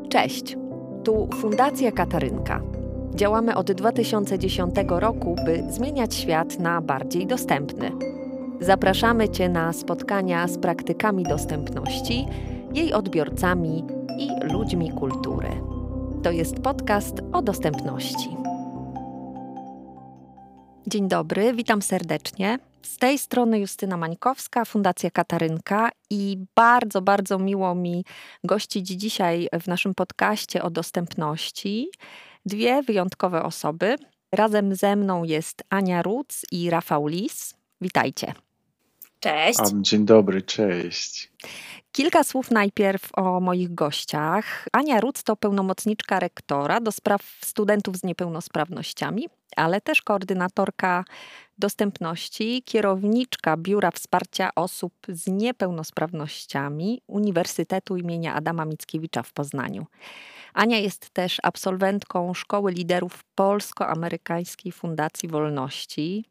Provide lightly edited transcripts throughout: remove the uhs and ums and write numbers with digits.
Cześć, tu Fundacja Katarynka. Działamy od 2010 roku, by zmieniać świat na bardziej dostępny. Zapraszamy Cię na spotkania z praktykami dostępności, jej odbiorcami i ludźmi kultury. To jest podcast o dostępności. Dzień dobry, witam serdecznie. Z tej strony Justyna Mańkowska, Fundacja Katarynka i bardzo miło mi gościć dzisiaj w naszym podcaście o dostępności dwie wyjątkowe osoby. Razem ze mną jest Ania Ruc i Rafał Lis. Witajcie. Cześć. Dzień dobry, cześć. Kilka słów najpierw o moich gościach. Ania Ruc to pełnomocniczka rektora do spraw studentów z niepełnosprawnościami, ale też koordynatorka dostępności, kierowniczka Biura Wsparcia Osób z Niepełnosprawnościami Uniwersytetu imienia Adama Mickiewicza w Poznaniu. Ania jest też absolwentką Szkoły Liderów Polsko-Amerykańskiej Fundacji Wolności,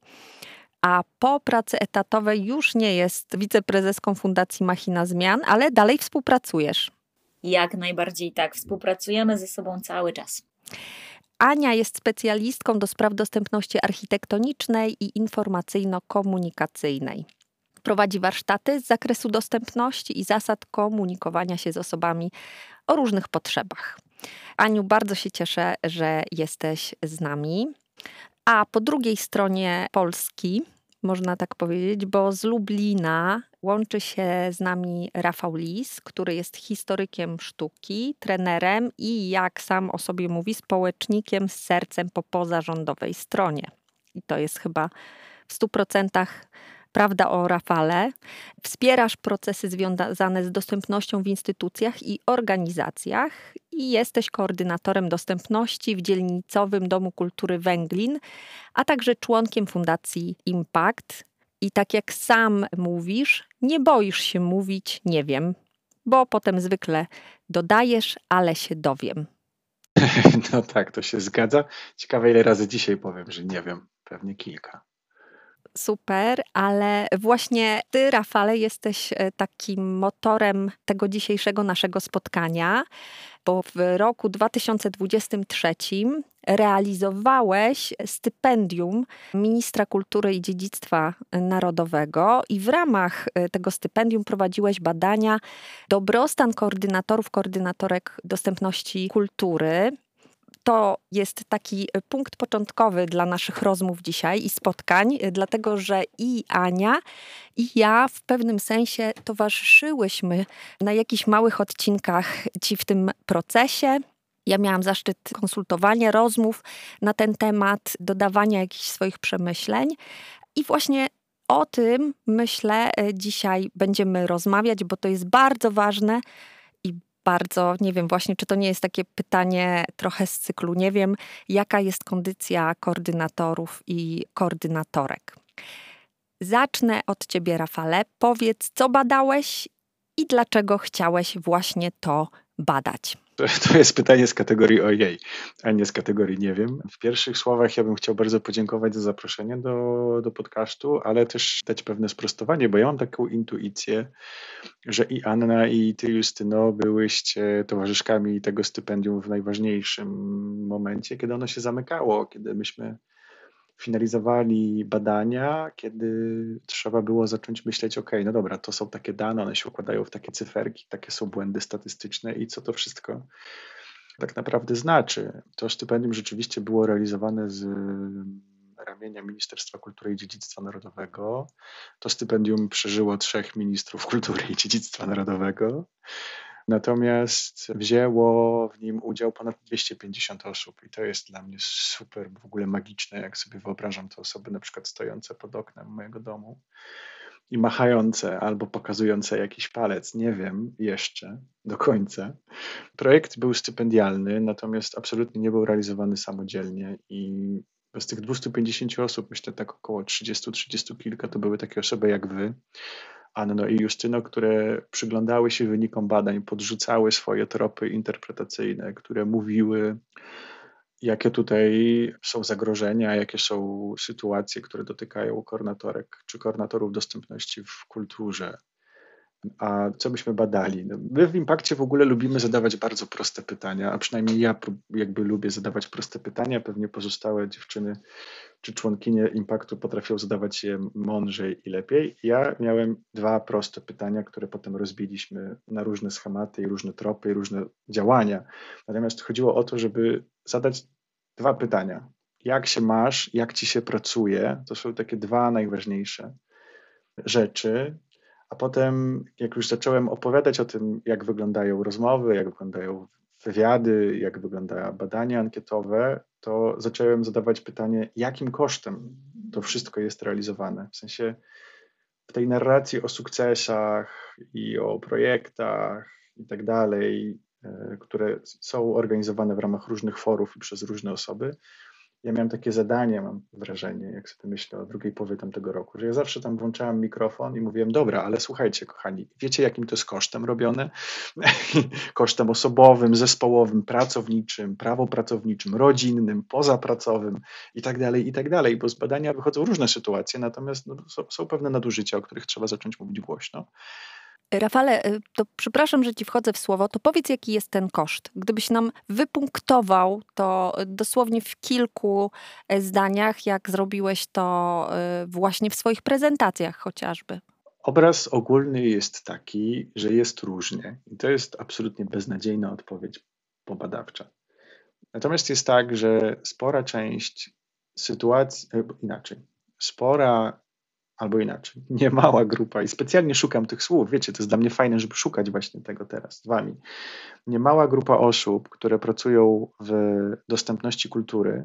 a po pracy etatowej już nie jest wiceprezeską Fundacji Machina Zmian, ale dalej współpracujesz. Jak najbardziej tak, współpracujemy ze sobą cały czas. Ania jest specjalistką do spraw dostępności architektonicznej i informacyjno-komunikacyjnej. Prowadzi warsztaty z zakresu dostępności i zasad komunikowania się z osobami o różnych potrzebach. Aniu, bardzo się cieszę, że jesteś z nami. A po drugiej stronie Polski, można tak powiedzieć, bo z Lublina łączy się z nami Rafał Lis, który jest historykiem sztuki, trenerem i, jak sam o sobie mówi, społecznikiem z sercem po pozarządowej stronie. I to jest chyba w 100% prawda o Rafale. Wspierasz procesy związane z dostępnością w instytucjach i organizacjach i jesteś koordynatorem dostępności w dzielnicowym Domu Kultury Węglin, a także członkiem Fundacji Impact. I tak jak sam mówisz, nie boisz się mówić nie wiem, bo potem zwykle dodajesz, ale się dowiem. No tak, to się zgadza. Ciekawe, ile razy dzisiaj powiem, że nie wiem. Pewnie kilka. Super, ale właśnie ty, Rafale, jesteś takim motorem tego dzisiejszego naszego spotkania, bo w roku 2023 realizowałeś stypendium Ministra Kultury i Dziedzictwa Narodowego i w ramach tego stypendium prowadziłeś badania dobrostan koordynatorek dostępności kultury. To jest taki punkt początkowy dla naszych rozmów dzisiaj i spotkań, dlatego że i Ania, i ja w pewnym sensie towarzyszyłyśmy na jakichś małych odcinkach Ci w tym procesie. Ja miałam zaszczyt konsultowania, rozmów na ten temat, dodawania jakichś swoich przemyśleń i właśnie o tym, myślę, dzisiaj będziemy rozmawiać, bo to jest bardzo ważne. Bardzo, nie wiem właśnie, czy to nie jest takie pytanie trochę z cyklu, nie wiem, jaka jest kondycja koordynatorów i koordynatorek. Zacznę od Ciebie, Rafale. Powiedz, co badałeś i dlaczego chciałeś właśnie to badać? To jest pytanie z kategorii ojej, a nie z kategorii nie wiem. W pierwszych słowach ja bym chciał bardzo podziękować za zaproszenie do podcastu, ale też dać pewne sprostowanie, bo ja mam taką intuicję, że i Anna, i ty, Justyno, byłyście towarzyszkami tego stypendium w najważniejszym momencie, kiedy ono się zamykało, kiedy myśmy finalizowali badania, kiedy trzeba było zacząć myśleć, no dobra, to są takie dane, one się układają w takie cyferki, takie są błędy statystyczne i co to wszystko tak naprawdę znaczy. To stypendium rzeczywiście było realizowane z ramienia Ministerstwa Kultury i Dziedzictwa Narodowego. To stypendium przeżyło 3 ministrów kultury i dziedzictwa narodowego. Natomiast wzięło w nim udział ponad 250 osób i to jest dla mnie super, w ogóle magiczne, jak sobie wyobrażam te osoby na przykład stojące pod oknem mojego domu i machające albo pokazujące jakiś palec, nie wiem jeszcze do końca. Projekt był stypendialny, natomiast absolutnie nie był realizowany samodzielnie i z tych 250 osób, myślę tak około 30 kilka, to były takie osoby jak wy, Anno i Justyno, które przyglądały się wynikom badań, podrzucały swoje tropy interpretacyjne, które mówiły, jakie tutaj są zagrożenia, jakie są sytuacje, które dotykają koordynatorek czy koordynatorów dostępności w kulturze. A co byśmy badali? No, my w Impakcie w ogóle lubimy zadawać bardzo proste pytania, a przynajmniej ja jakby lubię zadawać proste pytania. Pewnie pozostałe dziewczyny czy członkinie Impaktu potrafią zadawać je mądrzej i lepiej. Ja miałem 2 proste pytania, które potem rozbiliśmy na różne schematy i różne tropy i różne działania. Natomiast chodziło o to, żeby zadać 2 pytania. Jak się masz, jak ci się pracuje? To są takie 2 najważniejsze rzeczy. A potem, jak już zacząłem opowiadać o tym, jak wyglądają rozmowy, jak wyglądają wywiady, jak wyglądają badania ankietowe, to zacząłem zadawać pytanie, jakim kosztem to wszystko jest realizowane. W sensie w tej narracji o sukcesach i o projektach i tak dalej, które są organizowane w ramach różnych forów i przez różne osoby, ja miałem takie zadanie, mam wrażenie, jak sobie myślę o drugiej połowie tamtego roku, że ja zawsze tam włączałem mikrofon i mówiłem, dobra, ale słuchajcie, kochani, wiecie jakim to jest kosztem robione? Kosztem osobowym, zespołowym, pracowniczym, prawopracowniczym, rodzinnym, pozapracowym i tak dalej, bo z badania wychodzą różne sytuacje, natomiast no, są pewne nadużycia, o których trzeba zacząć mówić głośno. Rafale, to przepraszam, że ci wchodzę w słowo, to powiedz, jaki jest ten koszt. Gdybyś nam wypunktował to dosłownie w kilku zdaniach, jak zrobiłeś to właśnie w swoich prezentacjach chociażby. Obraz ogólny jest taki, że jest różnie i to jest absolutnie beznadziejna odpowiedź pobadawcza. Natomiast jest tak, że spora część sytuacji, niemała grupa i specjalnie szukam tych słów, wiecie, to jest dla mnie fajne, żeby szukać właśnie tego teraz z wami. Niemała grupa osób, które pracują w dostępności kultury,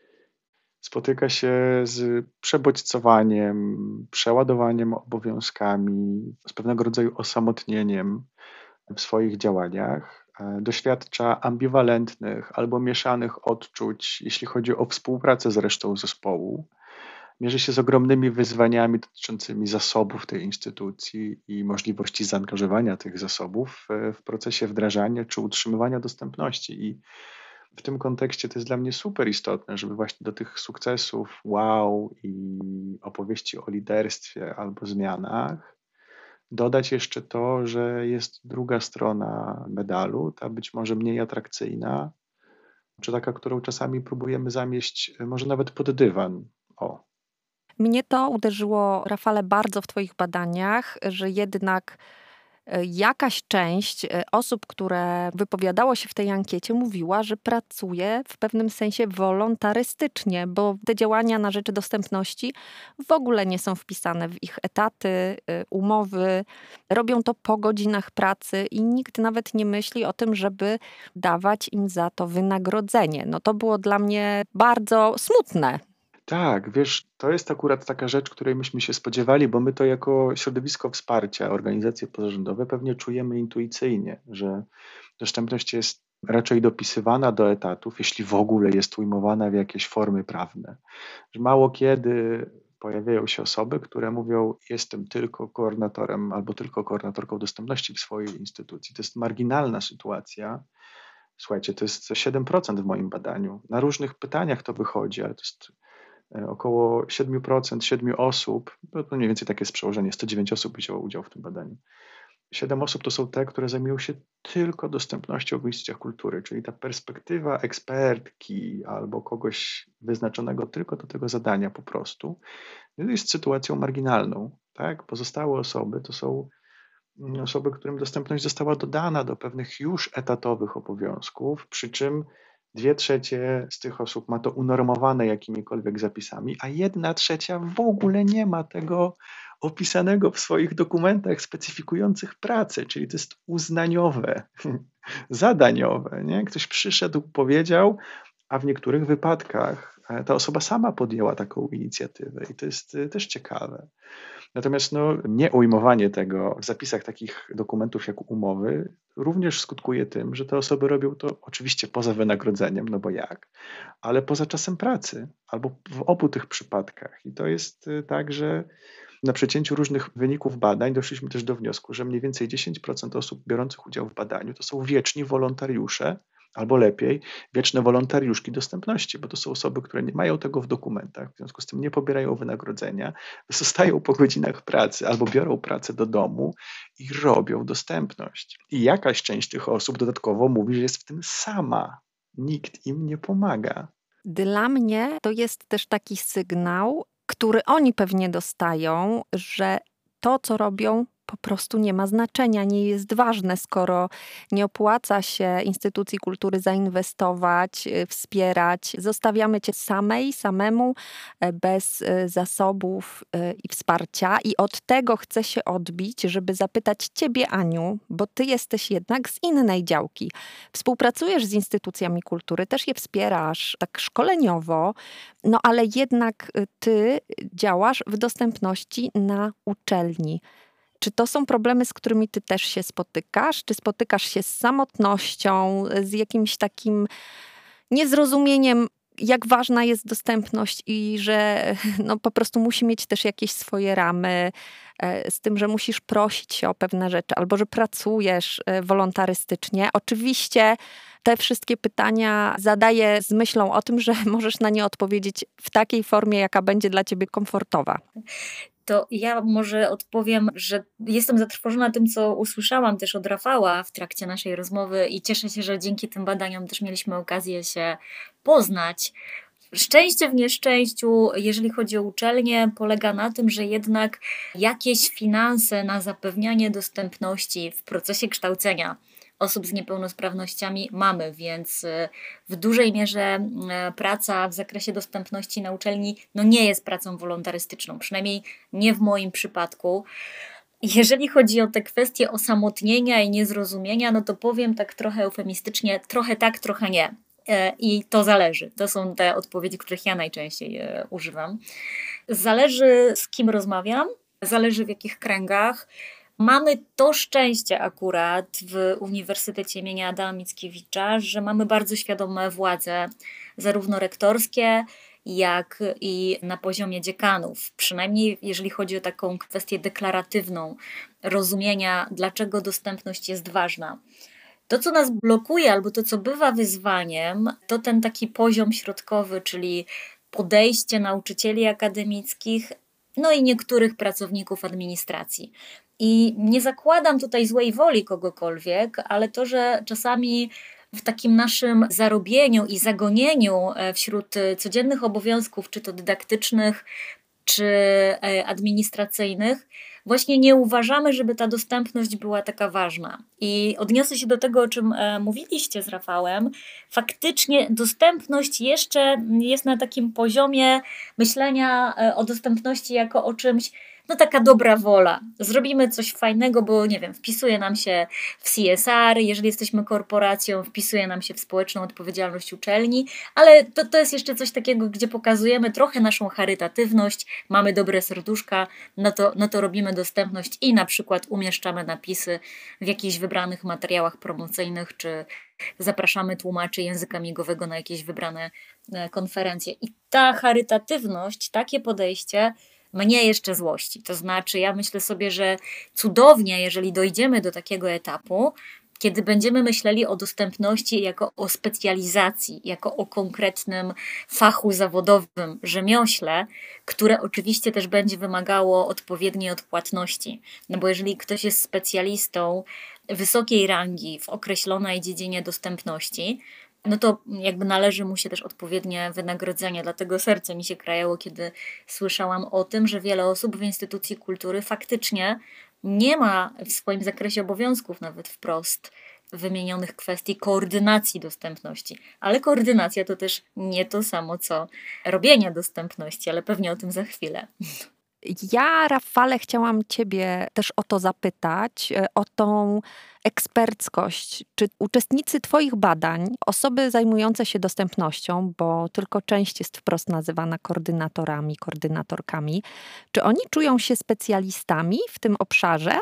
spotyka się z przebodźcowaniem, przeładowaniem obowiązkami, z pewnego rodzaju osamotnieniem w swoich działaniach. Doświadcza ambiwalentnych albo mieszanych odczuć, jeśli chodzi o współpracę z resztą zespołu. Mierzy się z ogromnymi wyzwaniami dotyczącymi zasobów tej instytucji i możliwości zaangażowania tych zasobów w procesie wdrażania czy utrzymywania dostępności. I w tym kontekście to jest dla mnie super istotne, żeby właśnie do tych sukcesów, wow i opowieści o liderstwie albo zmianach dodać jeszcze to, że jest druga strona medalu, ta być może mniej atrakcyjna, czy taka, którą czasami próbujemy zamieść może nawet pod dywan. Mnie to uderzyło, Rafale, bardzo w twoich badaniach, że jednak jakaś część osób, które wypowiadało się w tej ankiecie, mówiła, że pracuje w pewnym sensie wolontarystycznie, bo te działania na rzecz dostępności w ogóle nie są wpisane w ich etaty, umowy. Robią to po godzinach pracy i nikt nawet nie myśli o tym, żeby dawać im za to wynagrodzenie. No to było dla mnie bardzo smutne. Tak, wiesz, to jest akurat taka rzecz, której myśmy się spodziewali, bo my to jako środowisko wsparcia, organizacje pozarządowe pewnie czujemy intuicyjnie, że dostępność jest raczej dopisywana do etatów, jeśli w ogóle jest ujmowana w jakieś formy prawne. Że mało kiedy pojawiają się osoby, które mówią, jestem tylko koordynatorem albo tylko koordynatorką dostępności w swojej instytucji. To jest marginalna sytuacja. Słuchajcie, to jest 7% w moim badaniu. Na różnych pytaniach to wychodzi, ale to jest około 7%, 7 osób, to mniej więcej takie jest przełożenie, 109 osób wzięło udział w tym badaniu. 7 osób to są te, które zajmują się tylko dostępnością w instytucjach kultury, czyli ta perspektywa ekspertki albo kogoś wyznaczonego tylko do tego zadania po prostu, jest sytuacją marginalną. Tak? Pozostałe osoby to są osoby, którym dostępność została dodana do pewnych już etatowych obowiązków, przy czym 2/3 z tych osób ma to unormowane jakimikolwiek zapisami, a 1/3 w ogóle nie ma tego opisanego w swoich dokumentach specyfikujących pracę, czyli to jest uznaniowe, zadaniowe. Nie? Ktoś przyszedł, powiedział, a w niektórych wypadkach ta osoba sama podjęła taką inicjatywę i to jest też ciekawe. Natomiast nie ujmowanie tego w zapisach takich dokumentów jak umowy również skutkuje tym, że te osoby robią to oczywiście poza wynagrodzeniem, no bo jak, ale poza czasem pracy albo w obu tych przypadkach. I to jest tak, że na przecięciu różnych wyników badań doszliśmy też do wniosku, że mniej więcej 10% osób biorących udział w badaniu to są wieczni wolontariusze, albo lepiej, wieczne wolontariuszki dostępności, bo to są osoby, które nie mają tego w dokumentach, w związku z tym nie pobierają wynagrodzenia, zostają po godzinach pracy albo biorą pracę do domu i robią dostępność. I jakaś część tych osób dodatkowo mówi, że jest w tym sama. Nikt im nie pomaga. Dla mnie to jest też taki sygnał, który oni pewnie dostają, że to, co robią, po prostu nie ma znaczenia, nie jest ważne, skoro nie opłaca się instytucji kultury zainwestować, wspierać. Zostawiamy cię samemu, bez zasobów i wsparcia. I od tego chcę się odbić, żeby zapytać ciebie, Aniu, bo ty jesteś jednak z innej działki. Współpracujesz z instytucjami kultury, też je wspierasz tak szkoleniowo, no ale jednak ty działasz w dostępności na uczelni. Czy to są problemy, z którymi ty też się spotykasz? Czy spotykasz się z samotnością, z jakimś takim niezrozumieniem, jak ważna jest dostępność i że no, po prostu musi mieć też jakieś swoje ramy, z tym, że musisz prosić się o pewne rzeczy, albo że pracujesz wolontarystycznie. Oczywiście te wszystkie pytania zadaję z myślą o tym, że możesz na nie odpowiedzieć w takiej formie, jaka będzie dla ciebie komfortowa. To ja może odpowiem, że jestem zatrwożona tym, co usłyszałam też od Rafała w trakcie naszej rozmowy i cieszę się, że dzięki tym badaniom też mieliśmy okazję się poznać. Szczęście w nieszczęściu, jeżeli chodzi o uczelnię, polega na tym, że jednak jakieś finanse na zapewnianie dostępności w procesie kształcenia osób z niepełnosprawnościami mamy, więc w dużej mierze praca w zakresie dostępności na uczelni nie jest pracą wolontarystyczną, przynajmniej nie w moim przypadku. Jeżeli chodzi o te kwestie osamotnienia i niezrozumienia, to powiem tak trochę eufemistycznie, trochę tak, trochę nie. I to zależy. To są te odpowiedzi, których ja najczęściej używam. Zależy, z kim rozmawiam, zależy w jakich kręgach. Mamy to szczęście akurat w Uniwersytecie imienia Adama Mickiewicza, że mamy bardzo świadome władze, zarówno rektorskie, jak i na poziomie dziekanów. Przynajmniej jeżeli chodzi o taką kwestię deklaratywną rozumienia, dlaczego dostępność jest ważna. To, co nas blokuje, albo to, co bywa wyzwaniem, to ten taki poziom środkowy, czyli podejście nauczycieli akademickich, i niektórych pracowników administracji. I nie zakładam tutaj złej woli kogokolwiek, ale to, że czasami w takim naszym zarobieniu i zagonieniu wśród codziennych obowiązków, czy to dydaktycznych, czy administracyjnych, właśnie nie uważamy, żeby ta dostępność była taka ważna. I odniosę się do tego, o czym mówiliście z Rafałem. Faktycznie dostępność jeszcze jest na takim poziomie myślenia o dostępności jako o czymś, taka dobra wola. Zrobimy coś fajnego, bo nie wiem, wpisuje nam się w CSR, jeżeli jesteśmy korporacją, wpisuje nam się w społeczną odpowiedzialność uczelni, ale to jest jeszcze coś takiego, gdzie pokazujemy trochę naszą charytatywność, mamy dobre serduszka, to robimy dostępność i na przykład umieszczamy napisy w jakichś wybranych materiałach promocyjnych, czy zapraszamy tłumaczy języka migowego na jakieś wybrane konferencje. I ta charytatywność, takie podejście mnie jeszcze złości. To znaczy, ja myślę sobie, że cudownie, jeżeli dojdziemy do takiego etapu, kiedy będziemy myśleli o dostępności jako o specjalizacji, jako o konkretnym fachu zawodowym, rzemiośle, które oczywiście też będzie wymagało odpowiedniej odpłatności. Bo jeżeli ktoś jest specjalistą wysokiej rangi w określonej dziedzinie dostępności, to jakby należy mu się też odpowiednie wynagrodzenie. Dlatego serce mi się krajało, kiedy słyszałam o tym, że wiele osób w instytucji kultury faktycznie nie ma w swoim zakresie obowiązków nawet wprost wymienionych kwestii koordynacji dostępności. Ale koordynacja to też nie to samo, co robienie dostępności, ale pewnie o tym za chwilę. Ja, Rafale, chciałam ciebie też o to zapytać, o tą eksperckość. Czy uczestnicy twoich badań, osoby zajmujące się dostępnością, bo tylko część jest wprost nazywana koordynatorami, koordynatorkami, czy oni czują się specjalistami w tym obszarze?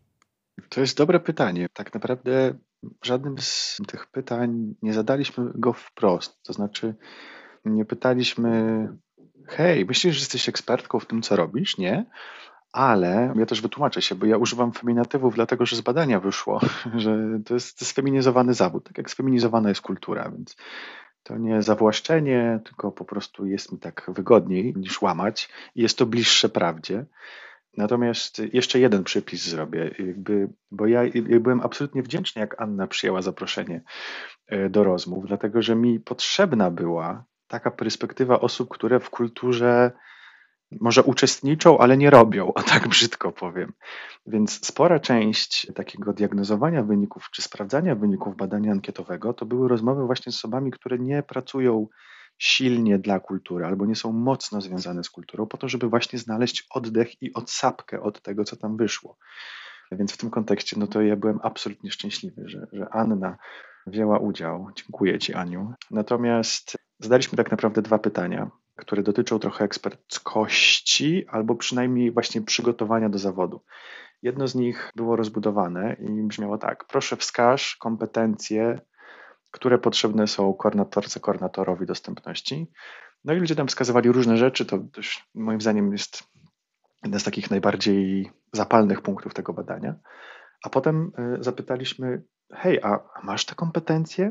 To jest dobre pytanie. Tak naprawdę żadnym z tych pytań nie zadaliśmy go wprost. To znaczy nie pytaliśmy: hej, myślisz, że jesteś ekspertką w tym, co robisz? Nie. Ale ja też wytłumaczę się, bo ja używam feminatywów, dlatego że z badania wyszło, że to jest sfeminizowany zawód, tak jak sfeminizowana jest kultura, więc to nie zawłaszczenie, tylko po prostu jest mi tak wygodniej niż łamać i jest to bliższe prawdzie. Natomiast jeszcze jeden przypis zrobię, bo ja byłem absolutnie wdzięczny, jak Anna przyjęła zaproszenie do rozmów, dlatego że mi potrzebna była taka perspektywa osób, które w kulturze może uczestniczą, ale nie robią, o tak brzydko powiem. Więc spora część takiego diagnozowania wyników czy sprawdzania wyników badania ankietowego to były rozmowy właśnie z osobami, które nie pracują silnie dla kultury albo nie są mocno związane z kulturą, po to, żeby właśnie znaleźć oddech i odsapkę od tego, co tam wyszło. Więc w tym kontekście, no to ja byłem absolutnie szczęśliwy, że Anna wzięła udział. Dziękuję Ci, Aniu. Natomiast zadaliśmy tak naprawdę 2 pytania, które dotyczą trochę eksperckości albo przynajmniej właśnie przygotowania do zawodu. Jedno z nich było rozbudowane i brzmiało tak: proszę wskaż kompetencje, które potrzebne są koordynatorowi dostępności. No i ludzie tam wskazywali różne rzeczy, to też moim zdaniem jest jeden z takich najbardziej zapalnych punktów tego badania. A potem zapytaliśmy: hej, a masz te kompetencje?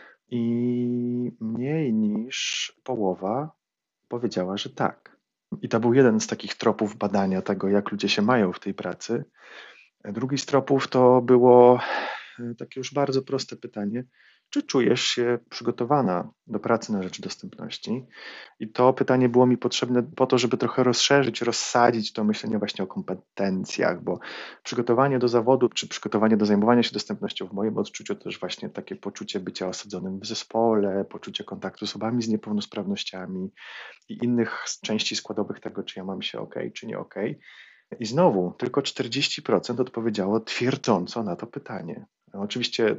I mniej niż połowa powiedziała, że tak. I to był jeden z takich tropów badania tego, jak ludzie się mają w tej pracy. Drugi z tropów to było takie już bardzo proste pytanie: czy czujesz się przygotowana do pracy na rzecz dostępności? I to pytanie było mi potrzebne po to, żeby trochę rozszerzyć, rozsadzić to myślenie właśnie o kompetencjach, bo przygotowanie do zawodu, czy przygotowanie do zajmowania się dostępnością w moim odczuciu to też właśnie takie poczucie bycia osadzonym w zespole, poczucie kontaktu z osobami z niepełnosprawnościami i innych części składowych tego, czy ja mam się ok, czy nie ok. I znowu tylko 40% odpowiedziało twierdząco na to pytanie. Oczywiście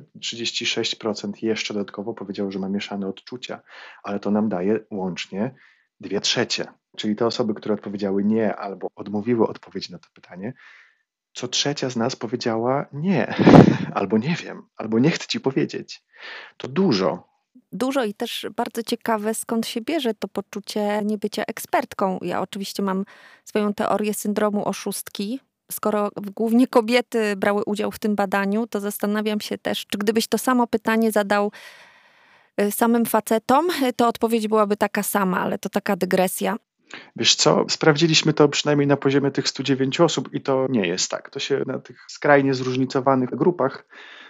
36% jeszcze dodatkowo powiedziało, że ma mieszane odczucia, ale to nam daje łącznie 2/3. Czyli te osoby, które odpowiedziały nie albo odmówiły odpowiedzi na to pytanie, co trzecia z nas powiedziała nie, albo nie wiem, albo nie chcę ci powiedzieć. To dużo. Dużo i też bardzo ciekawe, skąd się bierze to poczucie niebycia ekspertką. Ja oczywiście mam swoją teorię syndromu oszustki. Skoro głównie kobiety brały udział w tym badaniu, to zastanawiam się też, czy gdybyś to samo pytanie zadał samym facetom, to odpowiedź byłaby taka sama, ale to taka dygresja. Wiesz co, sprawdziliśmy to przynajmniej na poziomie tych 109 osób i to nie jest tak. To się na tych skrajnie zróżnicowanych grupach,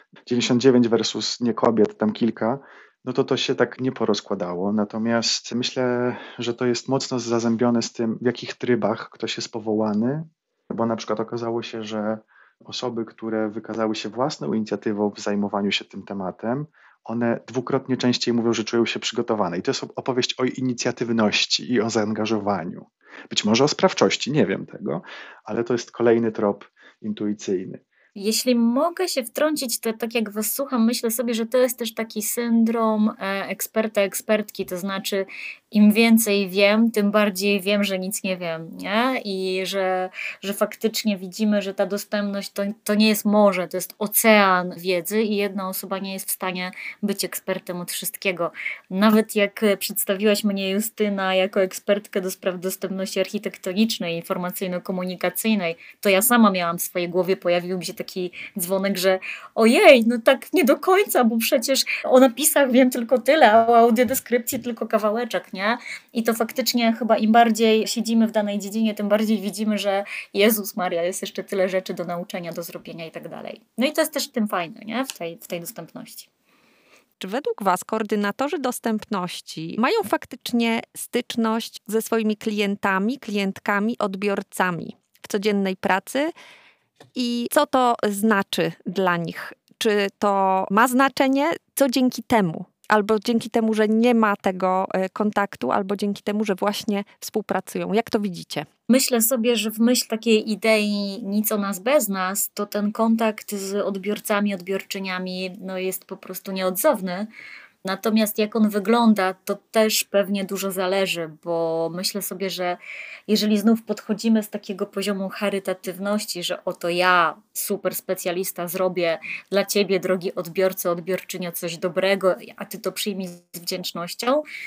99 versus nie kobiet, tam kilka, no to się tak nie porozkładało. Natomiast myślę, że to jest mocno zazębione z tym, w jakich trybach ktoś jest powołany, bo na przykład okazało się, że osoby, które wykazały się własną inicjatywą w zajmowaniu się tym tematem, one dwukrotnie częściej mówią, że czują się przygotowane. I to jest opowieść o inicjatywności i o zaangażowaniu. Być może o sprawczości, nie wiem tego, ale to jest kolejny trop intuicyjny. Jeśli mogę się wtrącić, to tak jak was słucham, myślę sobie, że to jest też taki syndrom eksperta, ekspertki, to znaczy im więcej wiem, tym bardziej wiem, że nic nie wiem, nie? I że faktycznie widzimy, że ta dostępność to nie jest morze, to jest ocean wiedzy i jedna osoba nie jest w stanie być ekspertem od wszystkiego. Nawet jak przedstawiłaś mnie, Justyna, jako ekspertkę do spraw dostępności architektonicznej, informacyjno-komunikacyjnej, to ja sama miałam w swojej głowie, pojawił mi się taki dzwonek, że ojej, no tak nie do końca, bo przecież o napisach wiem tylko tyle, a o audiodeskrypcji tylko kawałeczek, nie? I to faktycznie chyba im bardziej siedzimy w danej dziedzinie, tym bardziej widzimy, że Jezus Maria, jest jeszcze tyle rzeczy do nauczenia, do zrobienia i tak dalej. No i to jest też tym fajne, nie? W tej dostępności. Czy według was koordynatorzy dostępności mają faktycznie styczność ze swoimi klientami, klientkami, odbiorcami w codziennej pracy? I co to znaczy dla nich? Czy to ma znaczenie? Co dzięki temu? Albo dzięki temu, że nie ma tego kontaktu, albo dzięki temu, że właśnie współpracują. Jak to widzicie? Myślę sobie, że w myśl takiej idei nic o nas bez nas, to ten kontakt z odbiorcami, odbiorczyniami jest po prostu nieodzowny. Natomiast jak on wygląda, to też pewnie dużo zależy, bo myślę sobie, że jeżeli znów podchodzimy z takiego poziomu charytatywności, że oto ja, super specjalista, zrobię dla ciebie, drogi odbiorco, odbiorczynio, coś dobrego, a ty to przyjmij z wdzięcznością,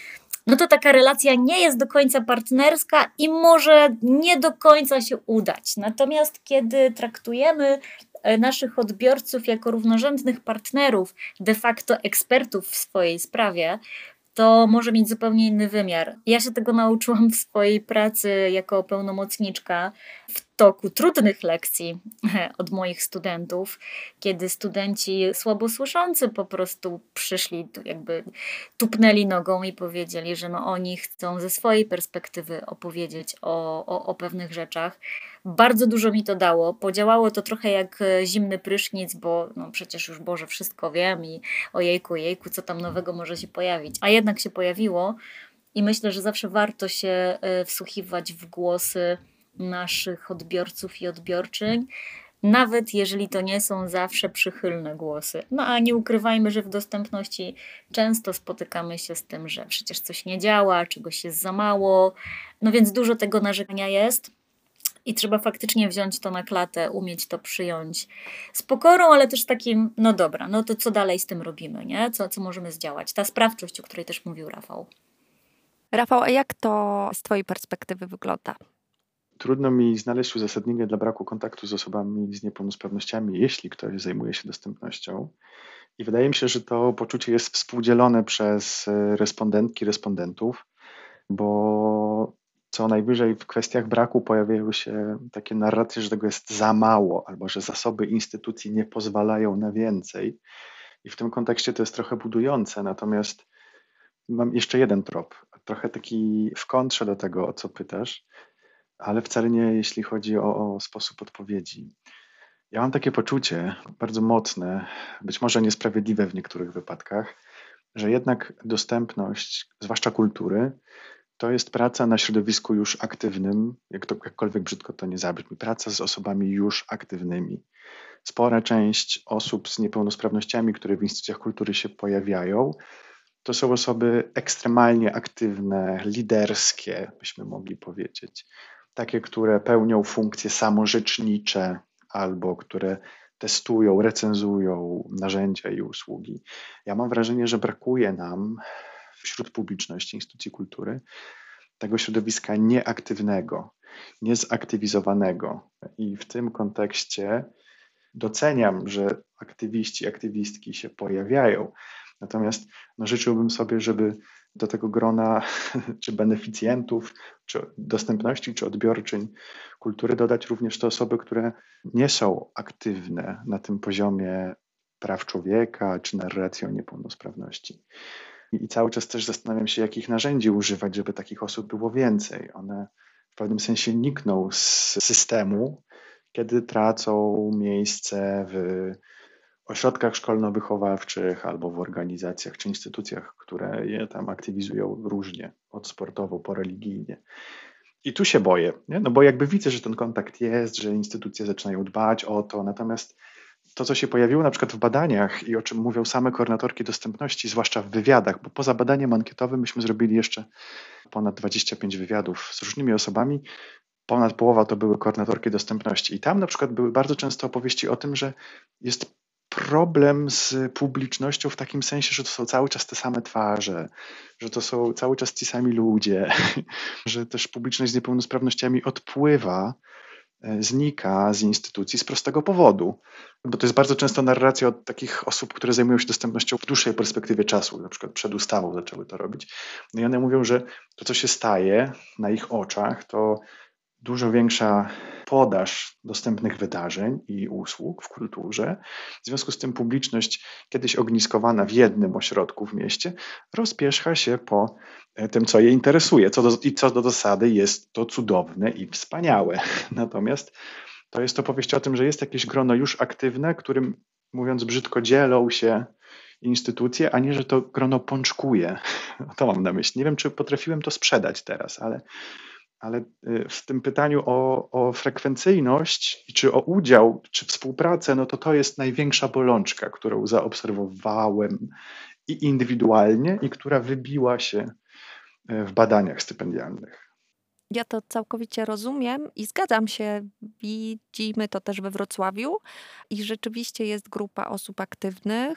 no to taka relacja nie jest do końca partnerska i może nie do końca się udać. Natomiast kiedy traktujemy naszych odbiorców jako równorzędnych partnerów, de facto ekspertów w swojej sprawie, to może mieć zupełnie inny wymiar. Ja się tego nauczyłam w swojej pracy jako pełnomocniczka w toku trudnych lekcji od moich studentów, kiedy studenci słabosłyszący po prostu przyszli, jakby tupnęli nogą i powiedzieli, że no oni chcą ze swojej perspektywy opowiedzieć o pewnych rzeczach. Bardzo dużo mi to dało. Podziałało to trochę jak zimny prysznic, bo no przecież już Boże wszystko wiem i ojejku, co tam nowego może się pojawić. A jednak się pojawiło i myślę, że zawsze warto się wsłuchiwać w głosy naszych odbiorców i odbiorczyń, nawet jeżeli to nie są zawsze przychylne głosy. No a nie ukrywajmy, że w dostępności często spotykamy się z tym, że przecież coś nie działa, czegoś jest za mało, no więc dużo tego narzekania jest. I trzeba faktycznie wziąć to na klatę, umieć to przyjąć z pokorą, ale też takim, no dobra, no to co dalej z tym robimy, nie? Co możemy zdziałać? Ta sprawczość, o której też mówił Rafał. Rafał, a jak to z twojej perspektywy wygląda? Trudno mi znaleźć uzasadnienie dla braku kontaktu z osobami z niepełnosprawnościami, jeśli ktoś zajmuje się dostępnością. I wydaje mi się, że to poczucie jest współdzielone przez respondentki, respondentów, bo co najwyżej w kwestiach braku pojawiają się takie narracje, że tego jest za mało, albo że zasoby instytucji nie pozwalają na więcej. I w tym kontekście to jest trochę budujące, natomiast mam jeszcze jeden trop, trochę taki w kontrze do tego, o co pytasz, ale wcale nie jeśli chodzi o sposób odpowiedzi. Ja mam takie poczucie bardzo mocne, być może niesprawiedliwe w niektórych wypadkach, że jednak dostępność, zwłaszcza kultury, to jest praca na środowisku już aktywnym, jakkolwiek brzydko to nie zabrzmi, praca z osobami już aktywnymi. Spora część osób z niepełnosprawnościami, które w instytucjach kultury się pojawiają, to są osoby ekstremalnie aktywne, liderskie, byśmy mogli powiedzieć. Takie, które pełnią funkcje samorzecznicze albo które testują, recenzują narzędzia i usługi. Ja mam wrażenie, że brakuje nam wśród publiczności, instytucji kultury tego środowiska nieaktywnego, niezaktywizowanego. I w tym kontekście doceniam, że aktywiści, aktywistki się pojawiają. Natomiast życzyłbym sobie, żeby do tego grona czy beneficjentów, czy dostępności, czy odbiorczyń kultury dodać również te osoby, które nie są aktywne na tym poziomie praw człowieka, czy narracji o niepełnosprawności. I cały czas też zastanawiam się, jakich narzędzi używać, żeby takich osób było więcej. One w pewnym sensie nikną z systemu, kiedy tracą miejsce w ośrodkach szkolno-wychowawczych albo w organizacjach czy instytucjach, które je tam aktywizują różnie, od sportowo po religijnie. I tu się boję, nie? No bo jakby widzę, że ten kontakt jest, że instytucje zaczynają dbać o to, natomiast to, co się pojawiło na przykład w badaniach i o czym mówią same koordynatorki dostępności, zwłaszcza w wywiadach, bo poza badaniem ankietowym myśmy zrobili jeszcze ponad 25 wywiadów z różnymi osobami, ponad połowa to były koordynatorki dostępności i tam na przykład były bardzo często opowieści o tym, że jest problem z publicznością w takim sensie, że to są cały czas te same twarze, że to są cały czas ci sami ludzie, że też publiczność z niepełnosprawnościami odpływa, znika z instytucji z prostego powodu. Bo to jest bardzo często narracja od takich osób, które zajmują się dostępnością w dłuższej perspektywie czasu, na przykład przed ustawą zaczęły to robić. No i one mówią, że to, co się staje na ich oczach, to dużo większa podaż dostępnych wydarzeń i usług w kulturze. W związku z tym publiczność, kiedyś ogniskowana w jednym ośrodku w mieście, rozpierzcha się po tym, co je interesuje. Co do zasady jest to cudowne i wspaniałe. Natomiast to jest opowieść o tym, że jest jakieś grono już aktywne, którym, mówiąc brzydko, dzielą się instytucje, a nie, że to grono pączkuje. To mam na myśli. Nie wiem, czy potrafiłem to sprzedać teraz, ale w tym pytaniu o frekwencyjność, czy o udział, czy współpracę, no to jest największa bolączka, którą zaobserwowałem i indywidualnie, i która wybiła się w badaniach stypendialnych. Ja to całkowicie rozumiem i zgadzam się. Widzimy to też we Wrocławiu i rzeczywiście jest grupa osób aktywnych.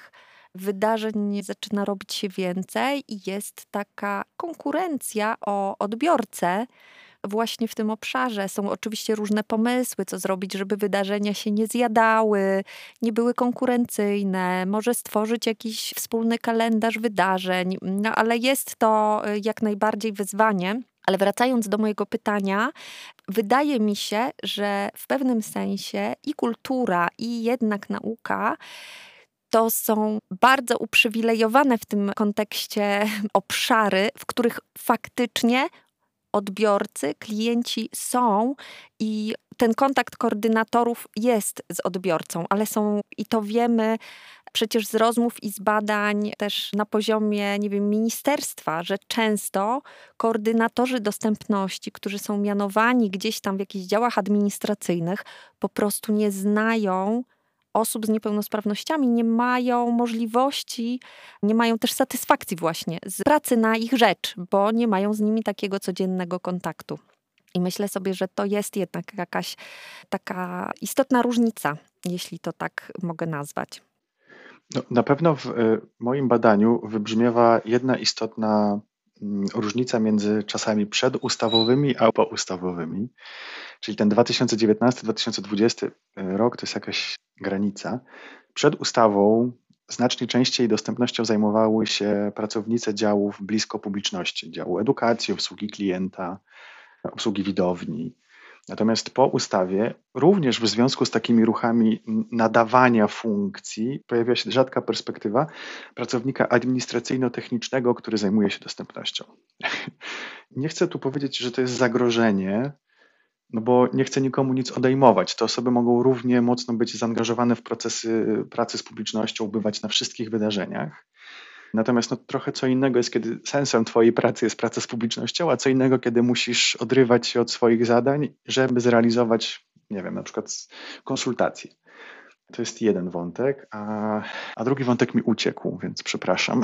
wydarzeń zaczyna robić się więcej i jest taka konkurencja o odbiorcę właśnie w tym obszarze. Są oczywiście różne pomysły, co zrobić, żeby wydarzenia się nie zjadały, nie były konkurencyjne, może stworzyć jakiś wspólny kalendarz wydarzeń, no ale jest to jak najbardziej wyzwanie. Ale wracając do mojego pytania, wydaje mi się, że w pewnym sensie i kultura, i jednak nauka to są bardzo uprzywilejowane w tym kontekście obszary, w których faktycznie odbiorcy, klienci są i ten kontakt koordynatorów jest z odbiorcą, ale są, i to wiemy przecież z rozmów i z badań też na poziomie, nie wiem, ministerstwa, że często koordynatorzy dostępności, którzy są mianowani gdzieś tam w jakichś działach administracyjnych, po prostu nie znają osób z niepełnosprawnościami, nie mają możliwości, nie mają też satysfakcji właśnie z pracy na ich rzecz, bo nie mają z nimi takiego codziennego kontaktu. I myślę sobie, że to jest jednak jakaś taka istotna różnica, jeśli to tak mogę nazwać. No, na pewno w moim badaniu wybrzmiewa jedna istotna różnica między czasami przedustawowymi a poustawowymi. Czyli ten 2019-2020 rok to jest jakaś granica. Przed ustawą znacznie częściej dostępnością zajmowały się pracownice działów blisko publiczności, działu edukacji, obsługi klienta, obsługi widowni. Natomiast po ustawie, również w związku z takimi ruchami nadawania funkcji, pojawia się rzadka perspektywa pracownika administracyjno-technicznego, który zajmuje się dostępnością. Nie chcę tu powiedzieć, że to jest zagrożenie, no bo nie chcę nikomu nic odejmować. Te osoby mogą równie mocno być zaangażowane w procesy pracy z publicznością, bywać na wszystkich wydarzeniach. Natomiast no, trochę co innego jest, kiedy sensem twojej pracy jest praca z publicznością, a co innego, kiedy musisz odrywać się od swoich zadań, żeby zrealizować, nie wiem, na przykład konsultacje. To jest jeden wątek, a drugi wątek mi uciekł, więc przepraszam.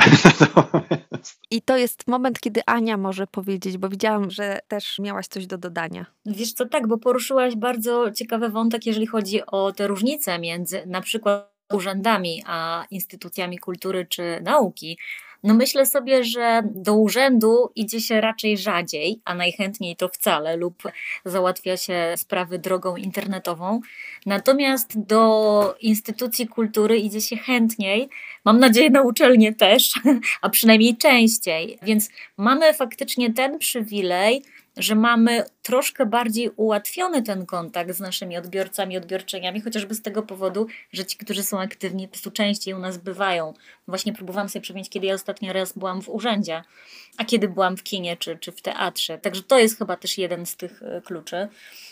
I to jest moment, kiedy Ania może powiedzieć, bo widziałam, że też miałaś coś do dodania. Wiesz co, tak, bo poruszyłaś bardzo ciekawy wątek, jeżeli chodzi o te różnice między na przykład urzędami a instytucjami kultury czy nauki. No myślę sobie, że do urzędu idzie się raczej rzadziej, a najchętniej to wcale lub załatwia się sprawy drogą internetową. Natomiast do instytucji kultury idzie się chętniej, mam nadzieję na uczelnię też, a przynajmniej częściej. Więc mamy faktycznie ten przywilej, że mamy troszkę bardziej ułatwiony ten kontakt z naszymi odbiorcami, odbiorczyniami, chociażby z tego powodu, że ci, którzy są aktywni, po prostu częściej u nas bywają. Właśnie próbowałam sobie przypomnieć, kiedy ja ostatni raz byłam w urzędzie, a kiedy byłam w kinie czy w teatrze. Także to jest chyba też jeden z tych kluczy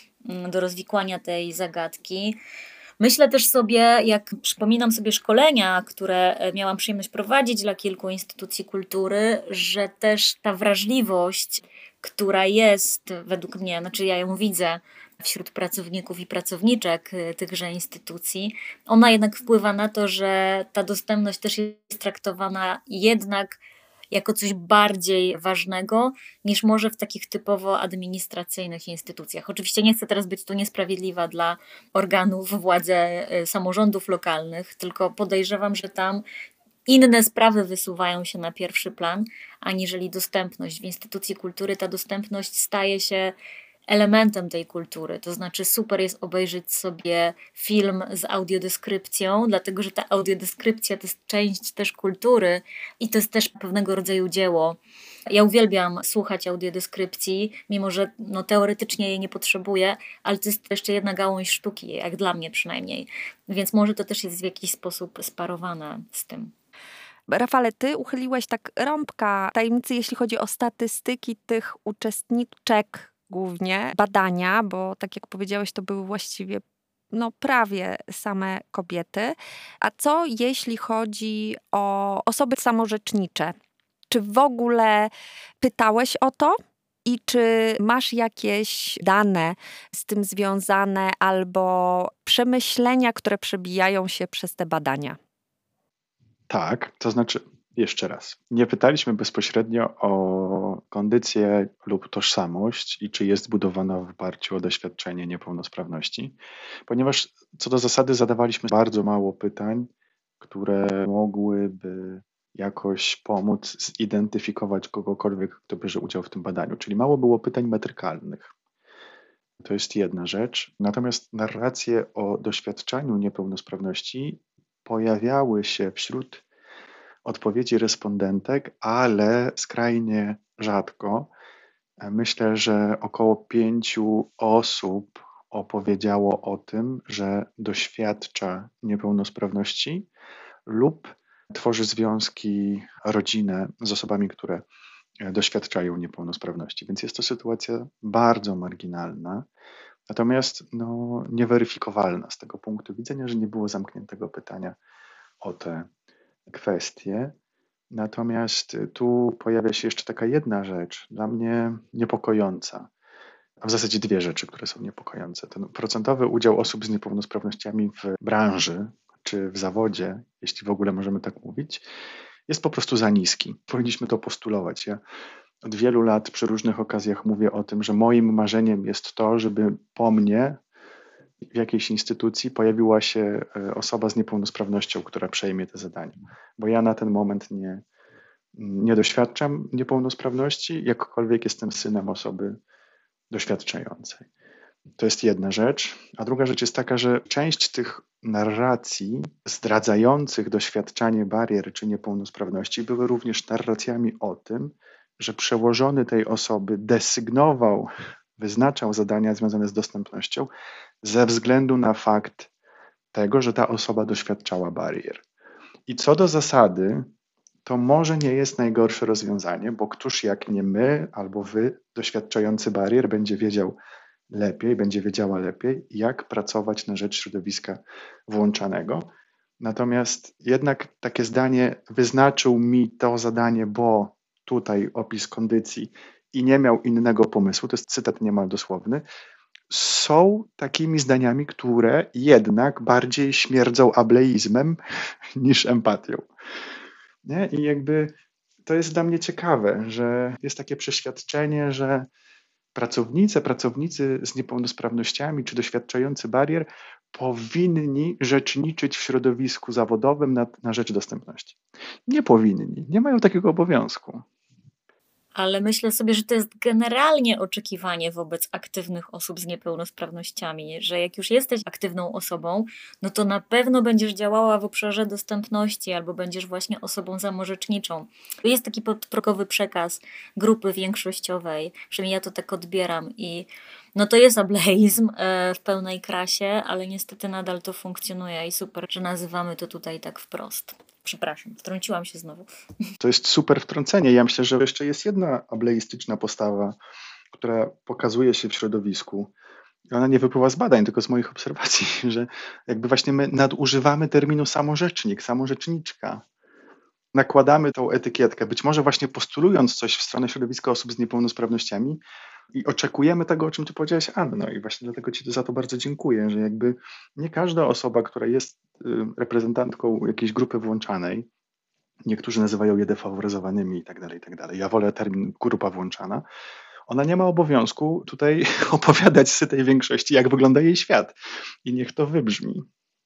do rozwikłania tej zagadki. Myślę też sobie, jak przypominam sobie szkolenia, które miałam przyjemność prowadzić dla kilku instytucji kultury, że też ta wrażliwość, która jest według mnie, znaczy ja ją widzę wśród pracowników i pracowniczek tychże instytucji, ona jednak wpływa na to, że ta dostępność też jest traktowana jednak jako coś bardziej ważnego niż może w takich typowo administracyjnych instytucjach. Oczywiście nie chcę teraz być tu niesprawiedliwa dla organów władzy samorządów lokalnych, tylko podejrzewam, że tam inne sprawy wysuwają się na pierwszy plan, aniżeli dostępność. W instytucji kultury ta dostępność staje się elementem tej kultury. To znaczy super jest obejrzeć sobie film z audiodeskrypcją, dlatego że ta audiodeskrypcja to jest część też kultury i to jest też pewnego rodzaju dzieło. Ja uwielbiam słuchać audiodeskrypcji, mimo że teoretycznie jej nie potrzebuję, ale to jest jeszcze jedna gałąź sztuki, jak dla mnie przynajmniej. Więc może to też jest w jakiś sposób sparowane z tym. Rafale, ty uchyliłeś tak rąbka tajemnicy, jeśli chodzi o statystyki tych uczestniczek głównie badania, bo tak jak powiedziałeś, to były właściwie prawie same kobiety. A co jeśli chodzi o osoby samorzecznicze? Czy w ogóle pytałeś o to? I czy masz jakieś dane z tym związane albo przemyślenia, które przebijają się przez te badania? Tak, to znaczy, jeszcze raz, nie pytaliśmy bezpośrednio o kondycję lub tożsamość i czy jest budowana w oparciu o doświadczenie niepełnosprawności, ponieważ co do zasady zadawaliśmy bardzo mało pytań, które mogłyby jakoś pomóc zidentyfikować kogokolwiek, kto bierze udział w tym badaniu. Czyli mało było pytań metrykalnych. To jest jedna rzecz. Natomiast narracje o doświadczaniu niepełnosprawności pojawiały się wśród odpowiedzi respondentek, ale skrajnie rzadko. Myślę, że około 5 osób opowiedziało o tym, że doświadcza niepełnosprawności lub tworzy związki, rodzinę z osobami, które doświadczają niepełnosprawności. Więc jest to sytuacja bardzo marginalna, natomiast nieweryfikowalna z tego punktu widzenia, że nie było zamkniętego pytania o te kwestie. Natomiast tu pojawia się jeszcze taka jedna rzecz, dla mnie niepokojąca, a w zasadzie dwie rzeczy, które są niepokojące. Ten procentowy udział osób z niepełnosprawnościami w branży czy w zawodzie, jeśli w ogóle możemy tak mówić, jest po prostu za niski. Powinniśmy to postulować. Ja od wielu lat przy różnych okazjach mówię o tym, że moim marzeniem jest to, żeby po mnie w jakiejś instytucji pojawiła się osoba z niepełnosprawnością, która przejmie te zadania. Bo ja na ten moment nie doświadczam niepełnosprawności, jakkolwiek jestem synem osoby doświadczającej. To jest jedna rzecz. A druga rzecz jest taka, że część tych narracji zdradzających doświadczanie barier czy niepełnosprawności były również narracjami o tym, że przełożony tej osoby desygnował, wyznaczał zadania związane z dostępnością ze względu na fakt tego, że ta osoba doświadczała barier. I co do zasady, to może nie jest najgorsze rozwiązanie, bo któż jak nie my albo wy, doświadczający barier, będzie wiedziała lepiej, jak pracować na rzecz środowiska włączanego. Natomiast jednak takie zdanie wyznaczył mi to zadanie, bo tutaj opis kondycji i nie miał innego pomysłu, to jest cytat niemal dosłowny, są takimi zdaniami, które jednak bardziej śmierdzą ableizmem niż empatią. Nie? I jakby to jest dla mnie ciekawe, że jest takie przeświadczenie, że pracownicy z niepełnosprawnościami czy doświadczający barier powinni rzeczniczyć w środowisku zawodowym na rzecz dostępności. Nie powinni, nie mają takiego obowiązku. Ale myślę sobie, że to jest generalnie oczekiwanie wobec aktywnych osób z niepełnosprawnościami, że jak już jesteś aktywną osobą, no to na pewno będziesz działała w obszarze dostępności albo będziesz właśnie osobą samorzeczniczą. Jest taki podprogowy przekaz grupy większościowej, przynajmniej ja to tak odbieram i no to jest ableizm w pełnej krasie, ale niestety nadal to funkcjonuje i super, że nazywamy to tutaj tak wprost. Przepraszam, wtrąciłam się znowu. To jest super wtrącenie. Ja myślę, że jeszcze jest jedna ableistyczna postawa, która pokazuje się w środowisku. I ona nie wypływa z badań, tylko z moich obserwacji, że jakby właśnie my nadużywamy terminu samorzecznik, samorzeczniczka. Nakładamy tą etykietkę, być może właśnie postulując coś w stronę środowiska osób z niepełnosprawnościami i oczekujemy tego, o czym ty powiedziałaś, Anno. I właśnie dlatego ci za to bardzo dziękuję, że jakby nie każda osoba, która jest reprezentantką jakiejś grupy włączanej, niektórzy nazywają je defaworyzowanymi i tak dalej. Ja wolę termin grupa włączana. Ona nie ma obowiązku tutaj opowiadać sytej większości, jak wygląda jej świat. I niech to wybrzmi.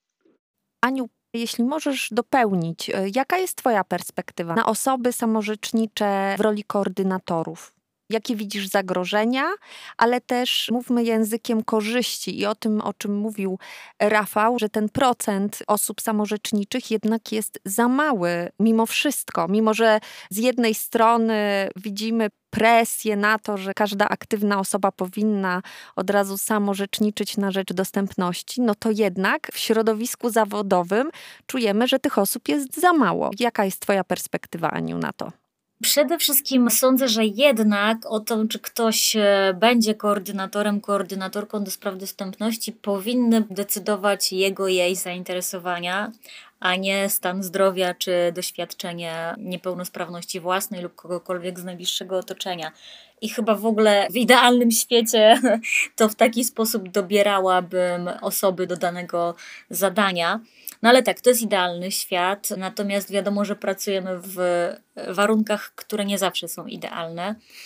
Aniu, jeśli możesz dopełnić, jaka jest twoja perspektywa na osoby samorzecznicze w roli koordynatorów? Jakie widzisz zagrożenia, ale też mówmy językiem korzyści i o tym, o czym mówił Rafał, że ten procent osób samorzeczniczych jednak jest za mały mimo wszystko. Mimo że z jednej strony widzimy presję na to, że każda aktywna osoba powinna od razu samorzeczniczyć na rzecz dostępności, no to jednak w środowisku zawodowym czujemy, że tych osób jest za mało. Jaka jest twoja perspektywa, Aniu, na to? Przede wszystkim sądzę, że jednak o tym, czy ktoś będzie koordynatorem, koordynatorką do spraw dostępności, powinny decydować jej zainteresowania, a nie stan zdrowia czy doświadczenie niepełnosprawności własnej lub kogokolwiek z najbliższego otoczenia. I chyba w ogóle w idealnym świecie to w taki sposób dobierałabym osoby do danego zadania. No ale tak, to jest idealny świat, natomiast wiadomo, że pracujemy w warunkach, które nie zawsze są idealne.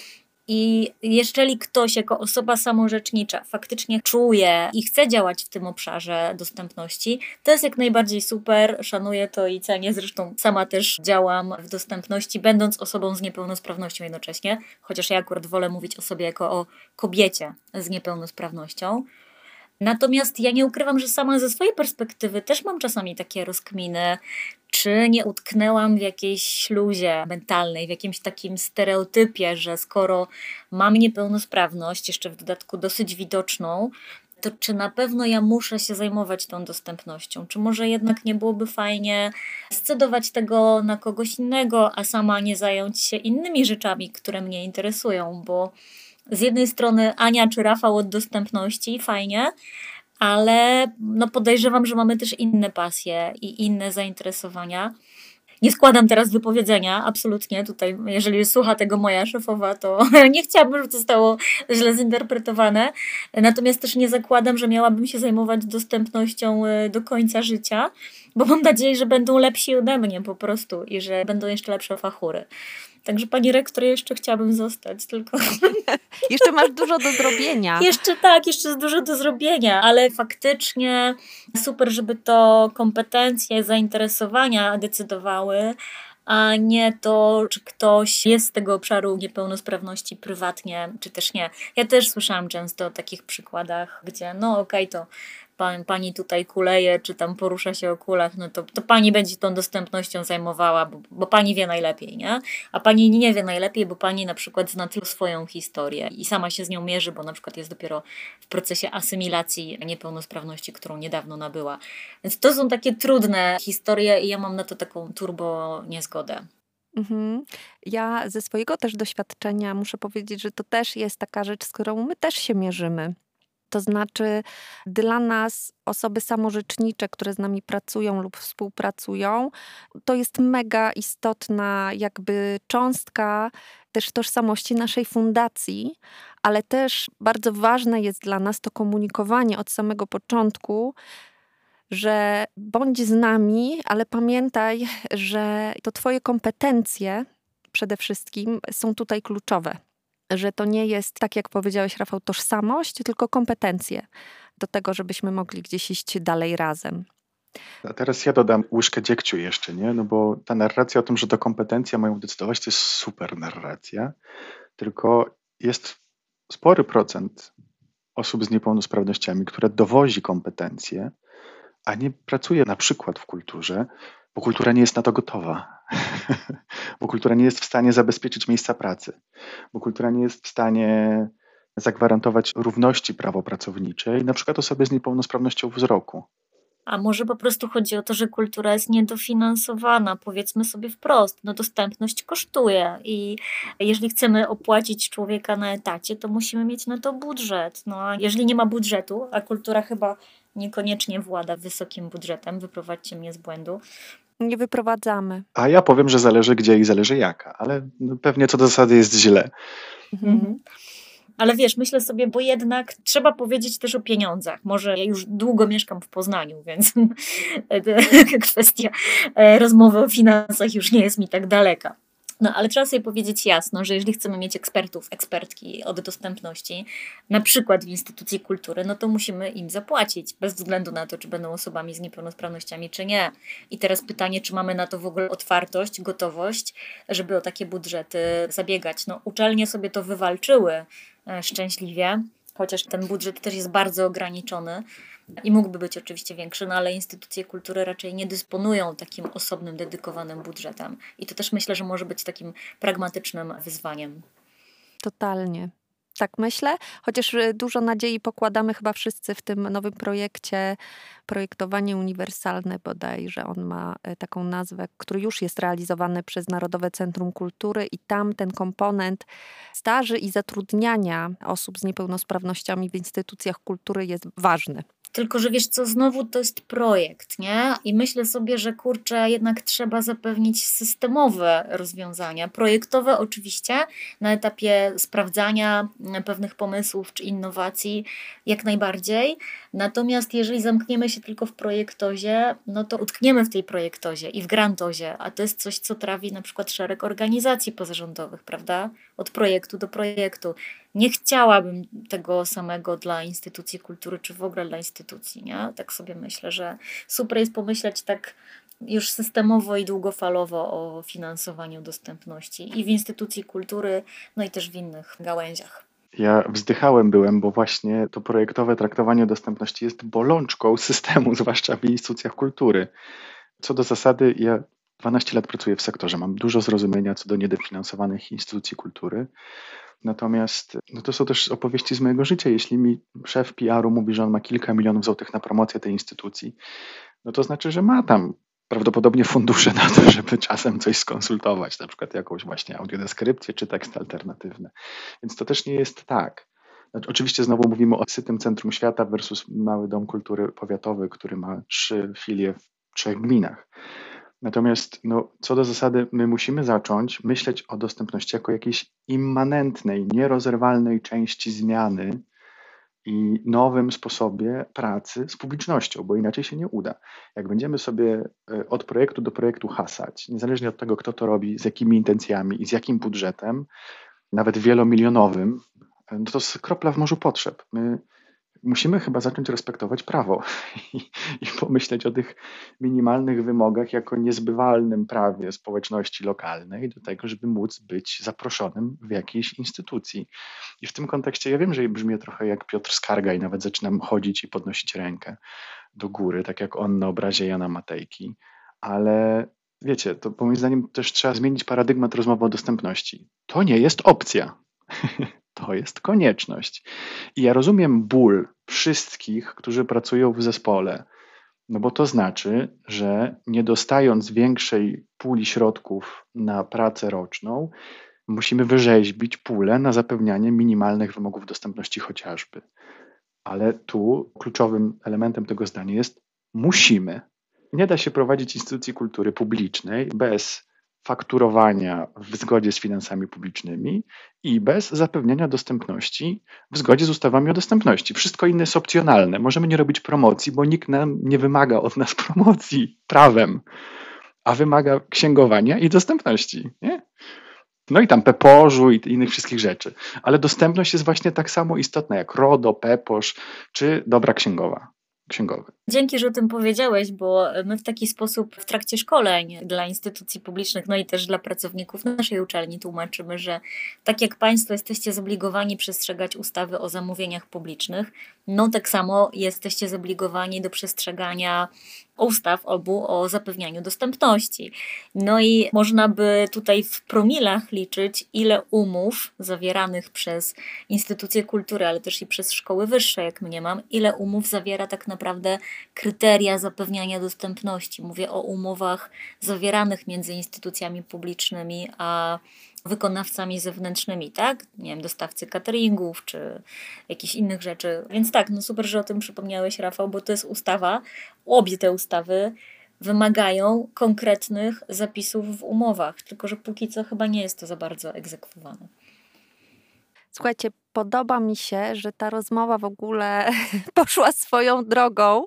I jeżeli ktoś jako osoba samorzecznicza faktycznie czuje i chce działać w tym obszarze dostępności, to jest jak najbardziej super, szanuję to i cenię. Zresztą sama też działam w dostępności, będąc osobą z niepełnosprawnością jednocześnie, chociaż ja akurat wolę mówić o sobie jako o kobiecie z niepełnosprawnością. Natomiast ja nie ukrywam, że sama ze swojej perspektywy też mam czasami takie rozkminy, czy nie utknęłam w jakiejś śluzie mentalnej, w jakimś takim stereotypie, że skoro mam niepełnosprawność, jeszcze w dodatku dosyć widoczną, to czy na pewno ja muszę się zajmować tą dostępnością? Czy może jednak nie byłoby fajnie scedować tego na kogoś innego, a sama nie zająć się innymi rzeczami, które mnie interesują? Bo z jednej strony Ania czy Rafał od dostępności, fajnie, ale podejrzewam, że mamy też inne pasje i inne zainteresowania. Nie składam teraz wypowiedzenia, absolutnie. Tutaj, jeżeli słucha tego moja szefowa, to nie chciałabym, żeby to zostało źle zinterpretowane. Natomiast też nie zakładam, że miałabym się zajmować dostępnością do końca życia, bo mam nadzieję, że będą lepsi ode mnie po prostu i że będą jeszcze lepsze fachury. Także pani rektor, jeszcze chciałabym zostać, tylko... Jeszcze masz dużo do zrobienia. Jeszcze jest dużo do zrobienia, ale faktycznie super, żeby to kompetencje, zainteresowania decydowały, a nie to, czy ktoś jest z tego obszaru niepełnosprawności prywatnie, czy też nie. Ja też słyszałam często o takich przykładach, gdzie to pani tutaj kuleje, czy tam porusza się o kulach, to pani będzie tą dostępnością zajmowała, bo pani wie najlepiej, nie? A pani nie wie najlepiej, bo pani na przykład zna tylko swoją historię i sama się z nią mierzy, bo na przykład jest dopiero w procesie asymilacji niepełnosprawności, którą niedawno nabyła. Więc to są takie trudne historie i ja mam na to taką turbo niezgodę. Ja ze swojego też doświadczenia muszę powiedzieć, że to też jest taka rzecz, z którą my też się mierzymy. To znaczy dla nas osoby samorzecznicze, które z nami pracują lub współpracują, to jest mega istotna jakby cząstka też tożsamości naszej fundacji, ale też bardzo ważne jest dla nas to komunikowanie od samego początku, że bądź z nami, ale pamiętaj, że to twoje kompetencje przede wszystkim są tutaj kluczowe. Że to nie jest, tak jak powiedziałeś, Rafał, tożsamość, tylko kompetencje do tego, żebyśmy mogli gdzieś iść dalej razem. A teraz ja dodam łyżkę dziegciu jeszcze, nie? No bo ta narracja o tym, że to kompetencje mają decydować, to jest super narracja, tylko jest spory procent osób z niepełnosprawnościami, które dowozi kompetencje, a nie pracuje na przykład w kulturze, bo kultura nie jest na to gotowa, bo kultura nie jest w stanie zabezpieczyć miejsca pracy, bo kultura nie jest w stanie zagwarantować równości prawopracowniczej, na przykład osobie z niepełnosprawnością wzroku. A może po prostu chodzi o to, że kultura jest niedofinansowana, powiedzmy sobie wprost. Dostępność kosztuje i jeżeli chcemy opłacić człowieka na etacie, to musimy mieć na to budżet. A jeżeli nie ma budżetu, a kultura chyba niekoniecznie włada wysokim budżetem, wyprowadźcie mnie z błędu. Nie wyprowadzamy. A ja powiem, że zależy gdzie i zależy jaka, ale pewnie co do zasady jest źle. Ale wiesz, myślę sobie, bo jednak trzeba powiedzieć też o pieniądzach. Może ja już długo mieszkam w Poznaniu, więc kwestia rozmowy o finansach już nie jest mi tak daleka. Ale trzeba sobie powiedzieć jasno, że jeżeli chcemy mieć ekspertów, ekspertki od dostępności, na przykład w instytucji kultury, to musimy im zapłacić, bez względu na to, czy będą osobami z niepełnosprawnościami, czy nie. I teraz pytanie, czy mamy na to w ogóle otwartość, gotowość, żeby o takie budżety zabiegać. Uczelnie sobie to wywalczyły szczęśliwie, chociaż ten budżet też jest bardzo ograniczony i mógłby być oczywiście większy, ale instytucje kultury raczej nie dysponują takim osobnym, dedykowanym budżetem. I to też myślę, że może być takim pragmatycznym wyzwaniem. Totalnie. Tak myślę, chociaż dużo nadziei pokładamy chyba wszyscy w tym nowym projekcie Projektowanie Uniwersalne bodajże. On ma taką nazwę, który już jest realizowany przez Narodowe Centrum Kultury i tam ten komponent staży i zatrudniania osób z niepełnosprawnościami w instytucjach kultury jest ważny. Tylko że wiesz co, znowu to jest projekt, nie? I myślę sobie, że kurczę, jednak trzeba zapewnić systemowe rozwiązania. Projektowe oczywiście, na etapie sprawdzania pewnych pomysłów czy innowacji jak najbardziej. Natomiast jeżeli zamkniemy się tylko w projektozie, no to utkniemy w tej projektozie i w grantozie, a to jest coś, co trawi na przykład szereg organizacji pozarządowych, prawda? Od projektu do projektu. Nie chciałabym tego samego dla instytucji kultury, czy w ogóle dla instytucji, nie? Tak sobie myślę, że super jest pomyśleć tak już systemowo i długofalowo o finansowaniu dostępności i w instytucji kultury, no i też w innych gałęziach. Ja wzdychałem byłem, bo właśnie to projektowe traktowanie dostępności jest bolączką systemu, zwłaszcza w instytucjach kultury. Co do zasady, ja 12 lat pracuję w sektorze, mam dużo zrozumienia co do niedofinansowanych instytucji kultury. Natomiast no to są też opowieści z mojego życia. Jeśli mi szef PR-u mówi, że on ma kilka milionów złotych na promocję tej instytucji, no to znaczy, że ma tam prawdopodobnie fundusze na to, żeby czasem coś skonsultować, na przykład jakąś właśnie audiodeskrypcję czy tekst alternatywny. Więc to też nie jest tak. Znaczy, oczywiście znowu mówimy o sytym centrum świata versus mały dom kultury powiatowy, który ma 3 filie w 3 gminach. Natomiast no, co do zasady, my musimy zacząć myśleć o dostępności jako jakiejś immanentnej, nierozerwalnej części zmiany i nowym sposobie pracy z publicznością, bo inaczej się nie uda. Jak będziemy sobie od projektu do projektu hasać, niezależnie od tego, kto to robi, z jakimi intencjami i z jakim budżetem, nawet wielomilionowym, no to jest kropla w morzu potrzeb. My musimy chyba zacząć respektować prawo i pomyśleć o tych minimalnych wymogach jako niezbywalnym prawie społeczności lokalnej do tego, żeby móc być zaproszonym w jakiejś instytucji. I w tym kontekście ja wiem, że brzmię trochę jak Piotr Skarga i nawet zaczynam chodzić i podnosić rękę do góry, tak jak on na obrazie Jana Matejki, ale wiecie, to moim zdaniem też trzeba zmienić paradygmat rozmowy o dostępności. To nie jest opcja. To jest konieczność. I ja rozumiem ból wszystkich, którzy pracują w zespole, no bo to znaczy, że nie dostając większej puli środków na pracę roczną, musimy wyrzeźbić pulę na zapewnianie minimalnych wymogów dostępności chociażby. Ale tu kluczowym elementem tego zdania jest musimy. Nie da się prowadzić instytucji kultury publicznej bez fakturowania w zgodzie z finansami publicznymi i bez zapewniania dostępności w zgodzie z ustawami o dostępności. Wszystko inne jest opcjonalne. Możemy nie robić promocji, bo nikt nam nie wymaga od nas promocji prawem, a wymaga księgowania i dostępności. Nie? No i tam Pepożu i innych wszystkich rzeczy. Ale dostępność jest właśnie tak samo istotna jak RODO, Pepoż czy dobra księgowy. Dzięki, że o tym powiedziałeś, bo my w taki sposób w trakcie szkoleń dla instytucji publicznych, no i też dla pracowników naszej uczelni tłumaczymy, że tak jak Państwo jesteście zobligowani przestrzegać ustawy o zamówieniach publicznych, no tak samo jesteście zobligowani do przestrzegania ustaw obu o zapewnianiu dostępności. No i można by tutaj w promilach liczyć, ile umów zawieranych przez instytucje kultury, ale też i przez szkoły wyższe, jak mniemam, ile umów zawiera tak naprawdę kryteria zapewniania dostępności. Mówię o umowach zawieranych między instytucjami publicznymi a wykonawcami zewnętrznymi, tak? Nie wiem, dostawcy cateringów czy jakichś innych rzeczy. Więc tak, no super, że o tym przypomniałeś, Rafał, bo to jest ustawa. Obie te ustawy wymagają konkretnych zapisów w umowach, tylko że póki co chyba nie jest to za bardzo egzekwowane. Słuchajcie, podoba mi się, że ta rozmowa w ogóle poszła swoją drogą,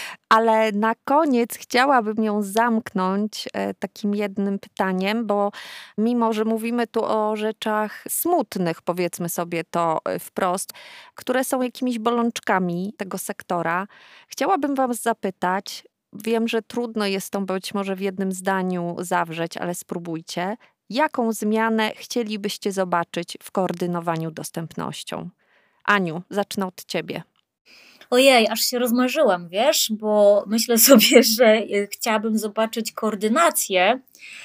ale na koniec chciałabym ją zamknąć takim jednym pytaniem, bo mimo, że mówimy tu o rzeczach smutnych, powiedzmy sobie to wprost, które są jakimiś bolączkami tego sektora, chciałabym was zapytać, wiem, że trudno jest to być może w jednym zdaniu zawrzeć, ale spróbujcie. Jaką zmianę chcielibyście zobaczyć w koordynowaniu dostępnością? Aniu, zacznę od ciebie. Ojej, aż się rozmarzyłam, wiesz, bo myślę sobie, że chciałabym zobaczyć koordynację,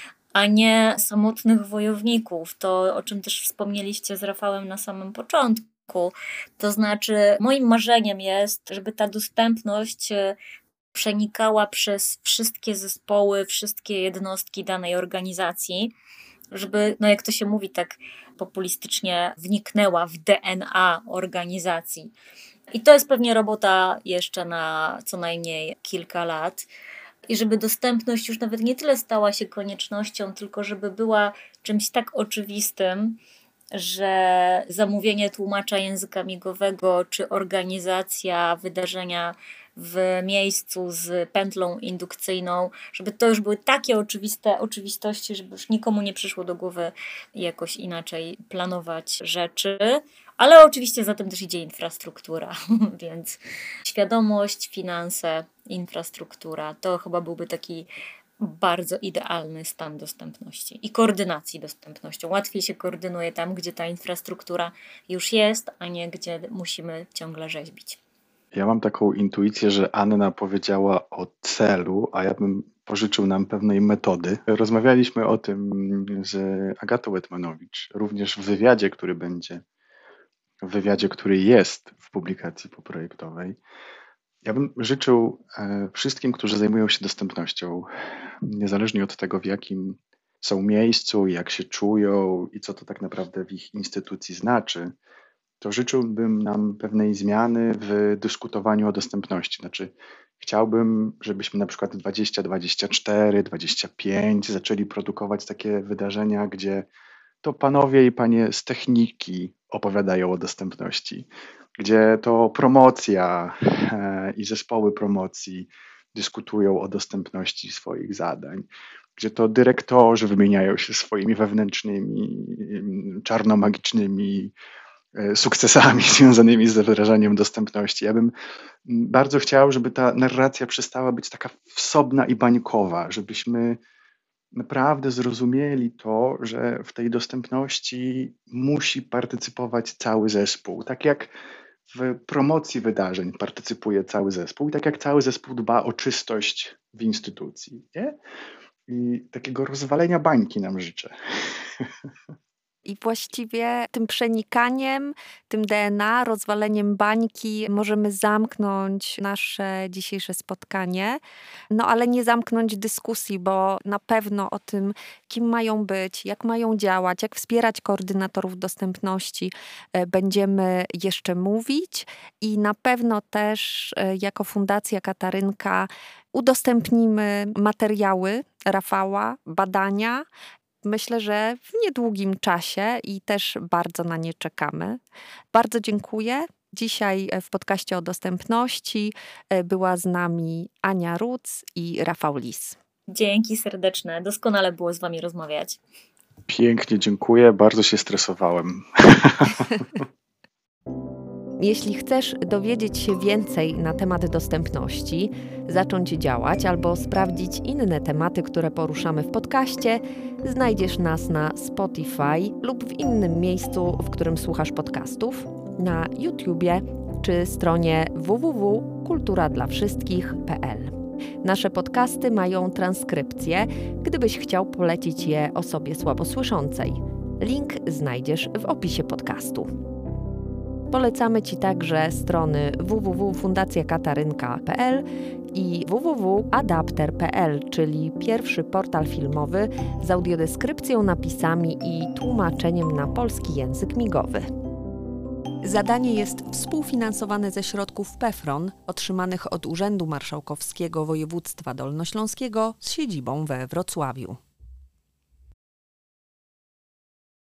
a nie samotnych wojowników. To, o czym też wspomnieliście z Rafałem na samym początku. To znaczy, moim marzeniem jest, żeby ta dostępność przenikała przez wszystkie zespoły, wszystkie jednostki danej organizacji, żeby, no jak to się mówi tak populistycznie, wniknęła w DNA organizacji. I to jest pewnie robota jeszcze na co najmniej kilka lat. I żeby dostępność już nawet nie tyle stała się koniecznością, tylko żeby była czymś tak oczywistym, że zamówienie tłumacza języka migowego czy organizacja wydarzenia w miejscu z pętlą indukcyjną, żeby to już były takie oczywiste oczywistości, żeby już nikomu nie przyszło do głowy jakoś inaczej planować rzeczy. Ale oczywiście za tym też idzie infrastruktura, więc świadomość, finanse, infrastruktura to chyba byłby taki bardzo idealny stan dostępności i koordynacji dostępnością. Łatwiej się koordynuje tam, gdzie ta infrastruktura już jest, a nie gdzie musimy ciągle rzeźbić. Ja mam taką intuicję, że Anna powiedziała o celu, a ja bym pożyczył nam pewnej metody. Rozmawialiśmy o tym z Agatą Wetmanowicz, również w wywiadzie, który jest w publikacji poprojektowej. Ja bym życzył wszystkim, którzy zajmują się dostępnością, niezależnie od tego, w jakim są miejscu, jak się czują i co to tak naprawdę w ich instytucji znaczy, to życzyłbym nam pewnej zmiany w dyskutowaniu o dostępności. Znaczy, chciałbym, żebyśmy na przykład 2024, 2025 zaczęli produkować takie wydarzenia, gdzie to panowie i panie z techniki opowiadają o dostępności, gdzie to promocja i zespoły promocji dyskutują o dostępności swoich zadań, gdzie to dyrektorzy wymieniają się swoimi wewnętrznymi, czarnomagicznymi sukcesami związanymi z wdrażaniem dostępności. Ja bym bardzo chciał, żeby ta narracja przestała być taka wsobna i bańkowa, żebyśmy naprawdę zrozumieli to, że w tej dostępności musi partycypować cały zespół. Tak jak w promocji wydarzeń partycypuje cały zespół i tak jak cały zespół dba o czystość w instytucji. Nie? I takiego rozwalenia bańki nam życzę. I właściwie tym przenikaniem, tym DNA, rozwaleniem bańki możemy zamknąć nasze dzisiejsze spotkanie, no ale nie zamknąć dyskusji, bo na pewno o tym, kim mają być, jak mają działać, jak wspierać koordynatorów dostępności będziemy jeszcze mówić i na pewno też jako Fundacja Katarynka udostępnimy materiały Rafała, badania. Myślę, że w niedługim czasie i też bardzo na nie czekamy. Bardzo dziękuję. Dzisiaj w podcaście o dostępności była z nami Ania Ruc i Rafał Lis. Dzięki serdeczne. Doskonale było z wami rozmawiać. Pięknie dziękuję. Bardzo się stresowałem. Jeśli chcesz dowiedzieć się więcej na temat dostępności, zacząć działać albo sprawdzić inne tematy, które poruszamy w podcaście, znajdziesz nas na Spotify lub w innym miejscu, w którym słuchasz podcastów, na YouTubie czy stronie www.kulturadlawszystkich.pl. Nasze podcasty mają transkrypcję, gdybyś chciał polecić je osobie słabosłyszącej. Link znajdziesz w opisie podcastu. Polecamy Ci także strony www.fundacjaKatarynka.pl i www.adapter.pl, czyli pierwszy portal filmowy z audiodeskrypcją, napisami i tłumaczeniem na polski język migowy. Zadanie jest współfinansowane ze środków PFRON otrzymanych od Urzędu Marszałkowskiego Województwa Dolnośląskiego z siedzibą we Wrocławiu.